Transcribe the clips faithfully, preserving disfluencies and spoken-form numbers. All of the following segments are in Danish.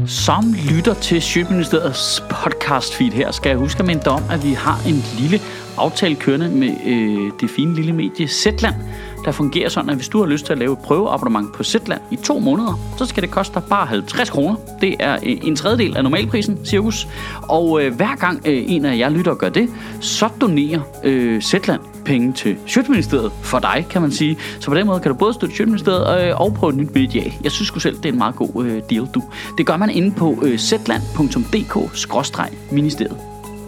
Som lytter til Sjøtministeriets podcast feed her, skal jeg huske at minde dig om, at vi har en lille aftale kørende med øh, det fine lille medie Zetland, der fungerer sådan, at hvis du har lyst til at lave et prøveabonnement på Zetland i to måneder, så skal det koste dig bare halvtreds kroner. Det er øh, en tredjedel af normalprisen, cirkus. Og øh, hver gang øh, en af jer lytter gør det, så donerer øh, Zetland penge til Sjøtministeriet for dig, kan man sige. Så på den måde kan du både støtte Sjøtministeriet øh, og prøve et nyt medie. Jeg synes sgu selv, det er en meget god øh, deal, du. Det gør man inde på øh, zetland punktum d k skråstreg ministeriet.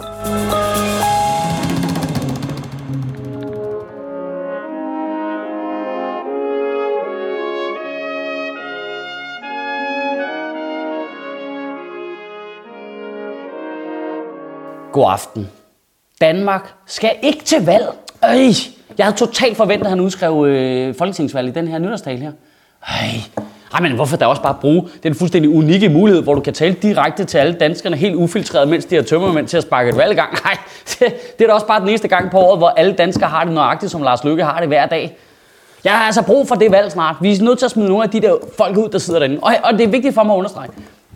God aften. Danmark skal ikke til valg. Øj, jeg havde totalt forventet, at han udskrev øh, folketingsvalg i den her nytårstale her. Øj. Ej, men hvorfor da også bare bruge den fuldstændig unikke mulighed, hvor du kan tale direkte til alle danskerne, helt ufiltreret, mens de har tømmermænd til at sparke et valg i gang. Nej, det, det er da også bare den eneste gang på året, hvor alle danskere har det nøjagtigt, som Lars Løkke har det hver dag. Jeg har altså brug for det valg snart. Vi er nødt til at smide nogle af de der folk ud, der sidder derinde. Og, og det er vigtigt for mig at understrege.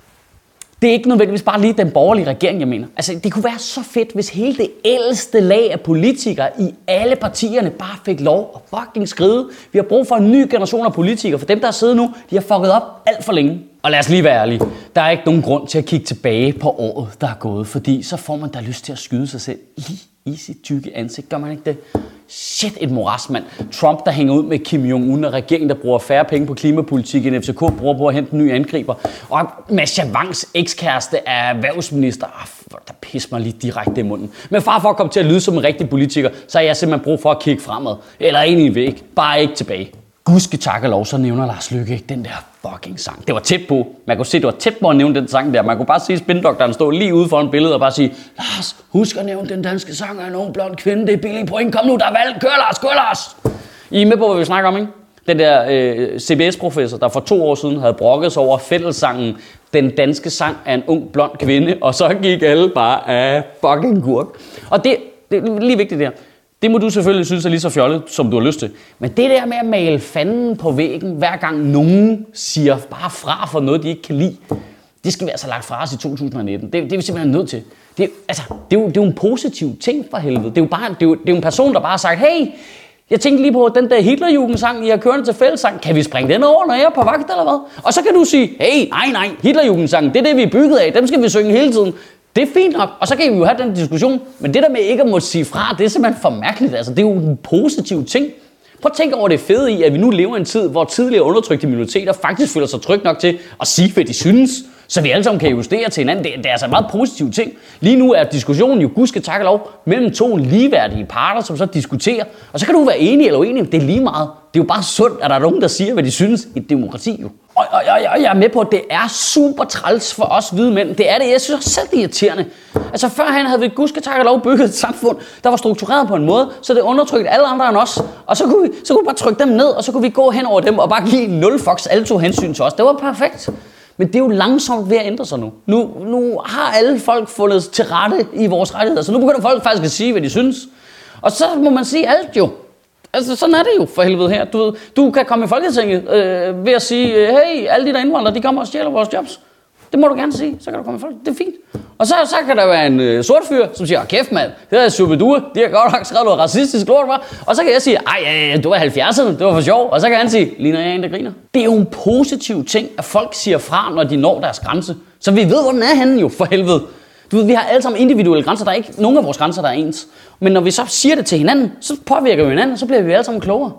Det er ikke nødvendigvis bare lige den borgerlige regering, jeg mener. Altså, det kunne være så fedt, hvis hele det ældste lag af politikere i alle partierne bare fik lov at fucking skride. Vi har brug for en ny generation af politikere, for dem, der sidder nu, de har fucket op alt for længe. Og lad os lige være ærlige. Der er ikke nogen grund til at kigge tilbage på året, der er gået, fordi så får man da lyst til at skyde sig selv lige i sit tykke ansigt. Gør man ikke det? Shit, et moras, mand. Trump, der hænger ud med Kim Jong-un, og regeringen, der bruger færre penge på klimapolitik, end F C K bruger på at hente en ny angriber. Og Masha Wangs ekskæreste er erhvervsminister. Ah, der pisser mig lige direkte i munden. Men far for at komme til at lyde som en rigtig politiker, så har jeg simpelthen brug for at kigge fremad. Eller ind i en væg. Bare ikke tilbage. Gudske tak og lov, så nævner Lars Løkke ikke den der fucking sang. Det var tæt på. Man kunne se, det var tæt på at nævne den sang der. Man kunne bare se spindoktoren stå lige ude foran billedet og bare sige, Lars, husk at nævne den danske sang af en ung blond kvinde. Det er billig point. Kom nu, der er valg. Kør Lars, kør Lars. I er med på, hvad vi snakker om, ikke? Den der øh, C B S-professor, der for to år siden havde brokket sig over fællessangen Den danske sang af en ung blond kvinde. Og så gik alle bare af fucking gurk. Og det, det er lige vigtigt der. Det må du selvfølgelig synes er lige så fjollet, som du har lyst til. Men det der med at male fanden på væggen, hver gang nogen siger bare fra for noget, de ikke kan lide, det skal vi altså lagt fra os i to tusind og nitten. Det, det er vi simpelthen nødt til. Det, altså, det, er jo, det er jo en positiv ting for helvede. Det er jo, bare, det er jo, det er jo en person, der bare har sagt, hey, jeg tænkte lige på den der Hitlerjugend-sang, I har kørende til fællessang. Kan vi springe den over, når jeg er på vagt eller hvad? Og så kan du sige, hey, nej, nej, Hitlerjugend-sangen, det er det, vi er bygget af. Dem skal vi synge hele tiden. Det er fint nok, og så kan vi jo have den diskussion. Men det der med ikke at måtte sige fra, det er simpelthen for mærkeligt. Altså, det er jo en positiv ting. Prøv at tænke over det fede i, at vi nu lever i en tid, hvor tidligere undertrykte minoriteter faktisk føler sig trygge nok til at sige, hvad de synes. Så vi alle sammen kan justere til hinanden. Det, det er altså en meget positiv ting. Lige nu er diskussionen jo gudske tak og lov mellem to ligeværdige parter, som så diskuterer. Og så kan du være enig eller uenig. Det er lige meget. Det er jo bare sundt, at der er nogen, der siger, hvad de synes i et demokrati jo. Og, og, og, og jeg er med på, at det er super træls for os hvide mænd. Det er det. Jeg synes også selv, det er irriterende. Altså førhen havde vi gudske tak og lov bygget et samfund, der var struktureret på en måde, så det undertrykte alle andre end os. Og så kunne vi, så kunne vi bare trykke dem ned, og så kunne vi gå hen over dem og bare give nul fucks alle to hensyn til os. Det var perfekt. Men det er jo langsomt ved at ændre sig nu. Nu, nu har alle folk fundet til rette i vores rettigheder, så nu begynder folk faktisk at sige, hvad de synes. Og så må man sige alt jo. Altså, sådan er det jo for helvede her. Du ved, du kan komme i Folketinget øh, ved at sige, hey, alle de der indvandrere, de kommer og stjæler vores jobs. Det må du gerne sige, så kan du komme i Folketinget. Det er fint. Og så, så kan der være en øh, sort fyr, som siger, kæft mand, det er Superdue, de har godt nok skrevet noget racistisk lort, var. Og så kan jeg sige, ej, du er halvfjerdserne, det var for sjov. Og så kan han sige, ligner jeg en, der griner. Det er jo en positiv ting, at folk siger fra, når de når deres grænse. Så vi ved, hvor den er henne jo, for helvede. Du ved, vi har alle sammen individuelle grænser. Der er ikke nogen af vores grænser, der er ens. Men når vi så siger det til hinanden, så påvirker vi hinanden, og så bliver vi alle sammen klogere.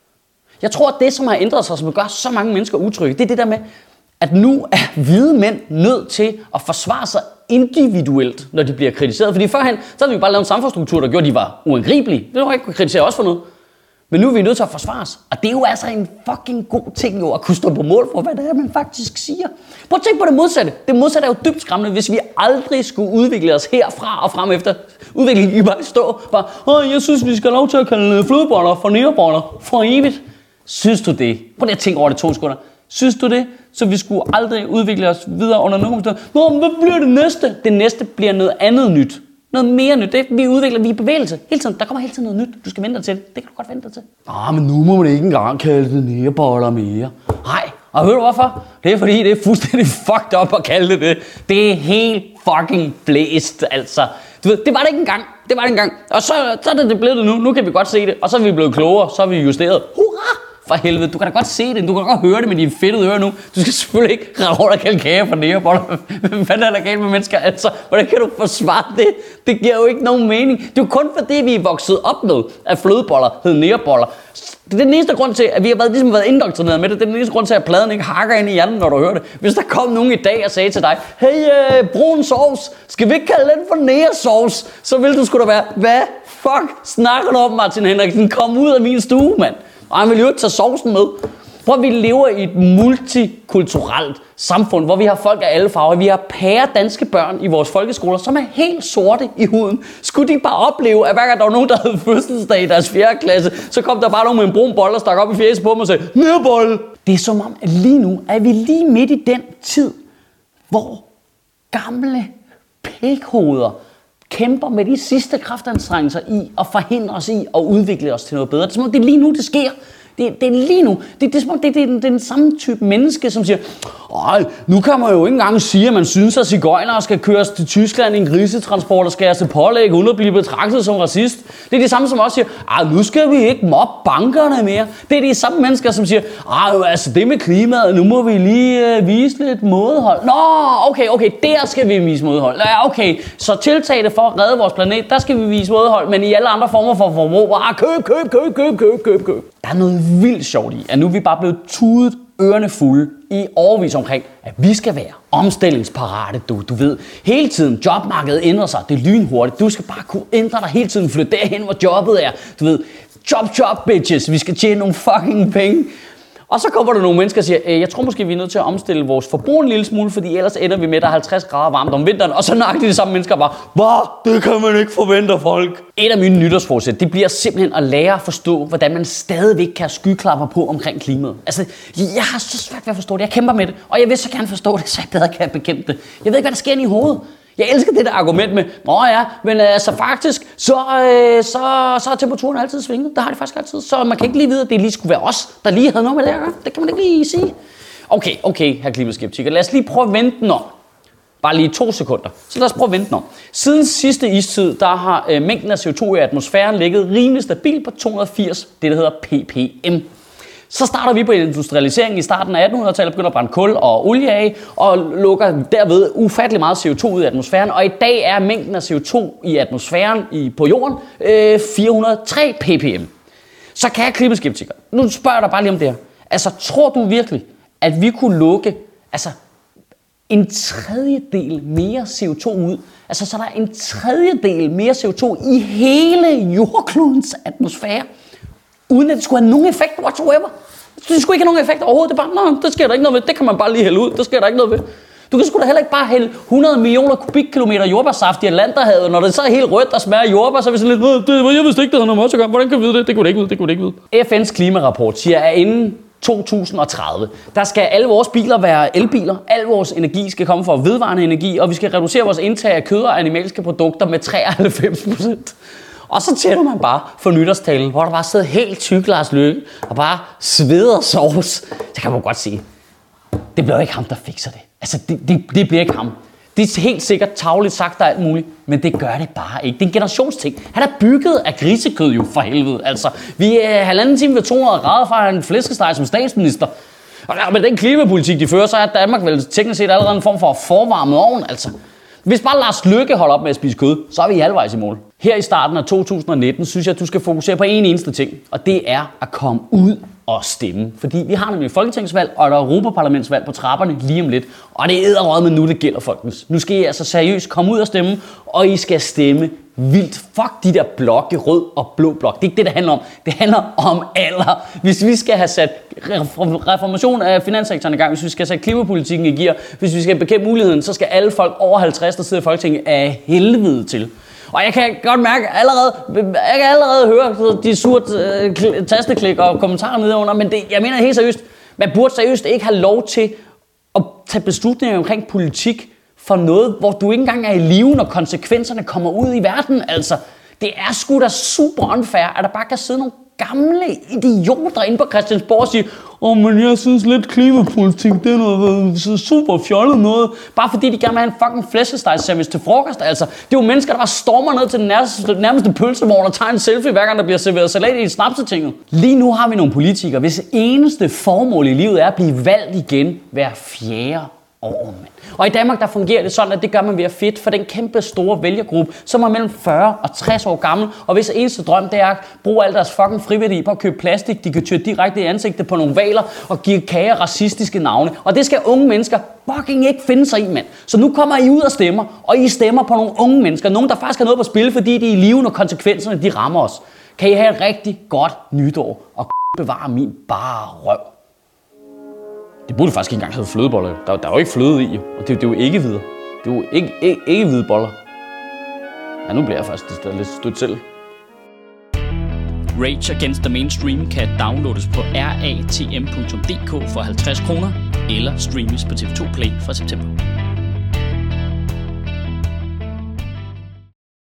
Jeg tror, at det, som har ændret sig, som gør så mange mennesker utrygge, det er det der med, at nu er hvide mænd nødt til at forsvare sig individuelt, når de bliver kritiseret. Fordi førhen, så havde vi jo bare lavet en samfundsstruktur, der gjorde, at de var uangribelige. Det var ikke kunne kritisere os for noget. Men nu er vi nødt til at forsvare os. Og det er jo altså en fucking god ting jo, at kunne stå på mål for, hvad det er, man faktisk siger. Prøv at tænke på det modsatte. Det modsatte er jo dybt skræmmende, hvis vi aldrig skulle udvikle os herfra og frem efter. Udviklingen i bare stå. Bare, åh, jeg synes, vi skal have lov til at kalde flodboller for nærboller for evigt. Synes du det? Prøv lige at tænke over det to sekunder. Synes du det? Så vi skulle aldrig udvikle os videre under nogen omstændigheder. Nå, men hvad bliver det næste? Det næste bliver noget andet nyt. Noget mere nyt. Det, vi udvikler, vi er i bevægelse. Hele tiden. Der kommer hele tiden noget nyt. Du skal vente dig til det. Det kan du godt vente dig til. Ah, men nu må man ikke engang kalde det nærboller mere. Nej, Og ved du hvorfor? Det er fordi, det er fuldstændig fucked up at kalde det det. Det er helt fucking blæst, altså. Du ved, det var det ikke engang. Det var det ikke engang. Og så, så er det blevet det nu. Nu kan vi godt se det. Og så er vi blevet klogere. Så er vi justeret. Hurra! For helvede, du kan da godt se det. Du kan godt høre det med dine fedtede ører nu. Du skal selvfølgelig ikke rave rundt og kalde kage for næreboller. Hvad fanden er der galt med mennesker? Altså, hvordan kan du forsvare det? Det giver jo ikke nogen mening. Det er jo kun fordi, vi er vokset op med, at flødeboller hed næreboller. Det er den eneste grund til, at vi har været, ligesom været indoktrineret med det. Det er den eneste grund til, at pladen ikke hakker ind i hjernen, når du hører det. Hvis der kom nogen i dag og sagde til dig, hey, øh, brun sovs, skal vi ikke kalde den for næresovs? Så ville du sgu da være, hvad fuck snakker du om, Martin Henriksen? Kom ud af min stue, mand. Og han vil jo ikke tage sovsen med. Prøv, vi lever i et multikulturelt samfund, hvor vi har folk af alle farver. Vi har pære danske børn i vores folkeskoler, som er helt sorte i huden. Skulle de bare opleve, at hver gang der var nogen, der havde fødselsdag i deres fjerde klasse, så kom der bare nogen med en brun bold og stak op i fjeset på dem og sagde, nærbolle. Det er som om, at lige nu er vi lige midt i den tid, hvor gamle pækhoveder kæmper med de sidste kraftanstrengelser i at forhindre os i at udvikle os til noget bedre. Det er som om, det er lige nu, det sker. Det, det er lige nu. Det, det er som om, det, det, det er den samme type menneske, som siger, ej, nu kan man jo ikke engang sige, at man synes, at sigøjnere skal køres til Tyskland i en grisetransport og skæres til pålæg, uden at blive betragtet som racist. Det er de samme, som også siger, ej, nu skal vi ikke mobbe bankerne mere. Det er de samme mennesker, som siger, ej, altså det med klimaet, nu må vi lige øh, vise lidt mådehold. Nå, okay, okay, der skal vi vise mådehold. Ja, okay, så tiltag det for at redde vores planet, der skal vi vise mådehold, men i alle andre former for forbrug, ah, køb, køb, køb, køb, køb, køb, køb. Der er noget vildt sjovt i, at nu er vi bare blevet tudet ørerne fulde i overvis omkring, at vi skal være omstillingsparate, du, du ved. Hele tiden, jobmarkedet ændrer sig, det er lynhurtigt. Du skal bare kunne ændre dig hele tiden, flytte derhen, hvor jobbet er. Du ved, job, job, bitches, vi skal tjene nogle fucking penge. Og så kommer der nogle mennesker og siger, jeg tror måske, vi er nødt til at omstille vores forbrug en lille smule, fordi ellers ender vi med, at der er halvtreds grader varmt om vinteren. Og så nøjagtigt de samme mennesker bare, hvad? Det kan man ikke forvente af folk. Et af mine nytårsforsæt, det bliver simpelthen at lære at forstå, hvordan man stadigvæk kan have skyklapper på omkring klimaet. Altså, jeg har så svært ved at forstå det. Jeg kæmper med det, og jeg vil så gerne forstå det, så jeg bedre kan bekæmpe det. Jeg ved ikke, hvad der sker inde i hovedet. Jeg elsker det der argument med, nå ja, men altså faktisk, så, øh, så, så har temperaturen altid svinget. Der har det faktisk altid. Så man kan ikke lige vide, at det lige skulle være os, der lige havde noget med det at gøre. Det kan man ikke lige sige. Okay, okay, herr klimaskeptiker. Lad os lige prøve at vente den om. Bare lige to sekunder. Så lad os prøve at vente den om. Siden sidste istid, der har øh, mængden af C O to i atmosfæren ligget rimelig stabilt på to hundrede og firs, det der hedder ppm. Så starter vi på industrialiseringen i starten af attenhundredetallet, begynder at brænde kul og olie af, og lukker derved ufattelig meget C O to ud i atmosfæren. Og i dag er mængden af C O to i atmosfæren i, på jorden øh, fire hundrede og tre ppm. Så kan jeg klimaskeptiker. Nu spørger jeg dig bare lige om det her. Altså, tror du virkelig, at vi kunne lukke altså, en tredjedel mere C O to ud? Altså, så der er en tredjedel mere C O to i hele jordklodens atmosfære, uden at det skulle have nogen effekt whatsoever. Det skulle ikke have nogen effekt overhovedet. Det er bare, nå, det sker der ikke noget ved. Det kan man bare lige hælde ud. Det sker der ikke noget ved. Du kan sgu da heller ikke bare hælde hundrede millioner kubikkilometer jordbærsaft i Atlanterhavet, når det så er helt rødt og smager jordbær, så er vi sådan lidt, det, jeg vidste ikke, det havde noget med os at gøre. Hvordan kan vi vide det? Det kunne det ikke vide. Det kunne det ikke vide. F N's klimarapport siger, at inden to tusind og tredive, der skal alle vores biler være elbiler. Al vores energi skal komme fra vedvarende energi, og vi skal reducere vores indtag af kød og animalske produkter med treoghalvfems procent. Og så tænder man bare for nytårstalen, hvor der bare sidder helt tyk Lars Løkke og bare sveder sovs. Så kan man godt sige, det bliver ikke ham, der fikser det. Altså, det, det, det bliver ikke ham. Det er helt sikkert tavligt sagt og alt muligt, men det gør det bare ikke. Det er en generationsting. Han er bygget af grisekød jo, for helvede. Altså, vi er halvanden time ved to hundrede grader fra en flæskesteg som statsminister. Og med den klimapolitik, de fører, så er Danmark vel teknisk set allerede en form for forvarmet ovn, altså. Hvis bare Lars Løkke holder op med at spise kød, så er vi halvvejs i mål. Her i starten af to tusind og nitten synes jeg, at du skal fokusere på en eneste ting, og det er at komme ud og stemme. Fordi vi har nemlig folketingsvalg og der er europaparlamentsvalg på trapperne lige om lidt. Og det er edderrød med nu, det gælder, folkens. Nu skal I altså seriøst komme ud og stemme, og I skal stemme vildt. Fuck de der blokke, rød og blå blok. Det er ikke det, det handler om. Det handler om alder. Hvis vi skal have sat reformation af finanssektoren i gang, hvis vi skal have sat klimapolitikken i gear, hvis vi skal bekæmpe muligheden, så skal alle folk over halvtreds, der sidder i Folketinget, af helvede til. Og jeg kan godt mærke allerede, jeg kan allerede høre de sure øh, tasteklik og kommentarer nedenunder, men det, jeg mener helt seriøst, man burde seriøst ikke have lov til at tage beslutninger omkring politik for noget, hvor du ikke engang er i live, når konsekvenserne kommer ud i verden. Altså, det er sgu da super unfair, at der bare kan sidde nogle gamle idioter inde på Christiansborg og sige, Åh, oh, men jeg synes lidt klimapolitik, det er noget så super fjollet noget. Bare fordi de gerne vil have en fucking flæskestegsservice til frokost, altså. Det er jo mennesker, der bare stormer ned til den nærmeste, nærmeste pølsevogn og tager en selfie, hver gang der bliver serveret salat i snapsetinget. Lige nu har vi nogle politikere, hvis eneste formål i livet er at blive valgt igen hver fjerde år. Og i Danmark, der fungerer det sådan, at det gør man ved at fedt for den kæmpe store vælgergruppe, som er mellem fyrre og tres år gammel, og hvis eneste drøm, det er at bruge al deres fucking friværdi på at købe plastik, de kan tyre direkte i ansigtet på nogle valer og give kager racistiske navne. Og det skal unge mennesker fucking ikke finde sig i, mand. Så nu kommer I ud og stemmer, og I stemmer på nogle unge mennesker, nogen der faktisk har noget på spil, fordi de er i live, når konsekvenserne de rammer os. Kan I have et rigtig godt nytår, og bevare min bare røv. Det burde faktisk ikke engang hedde flødeboller. Der, der er jo ikke fløde i, og det, det er jo ikke hvide. Det er jo ikke, ikke, ikke hvide boller. Ja, nu bliver jeg faktisk lidt stødt selv. Rage Against the Mainstream kan downloades på ratm punktum d k for halvtreds kroner, eller streames på T V to Play fra september.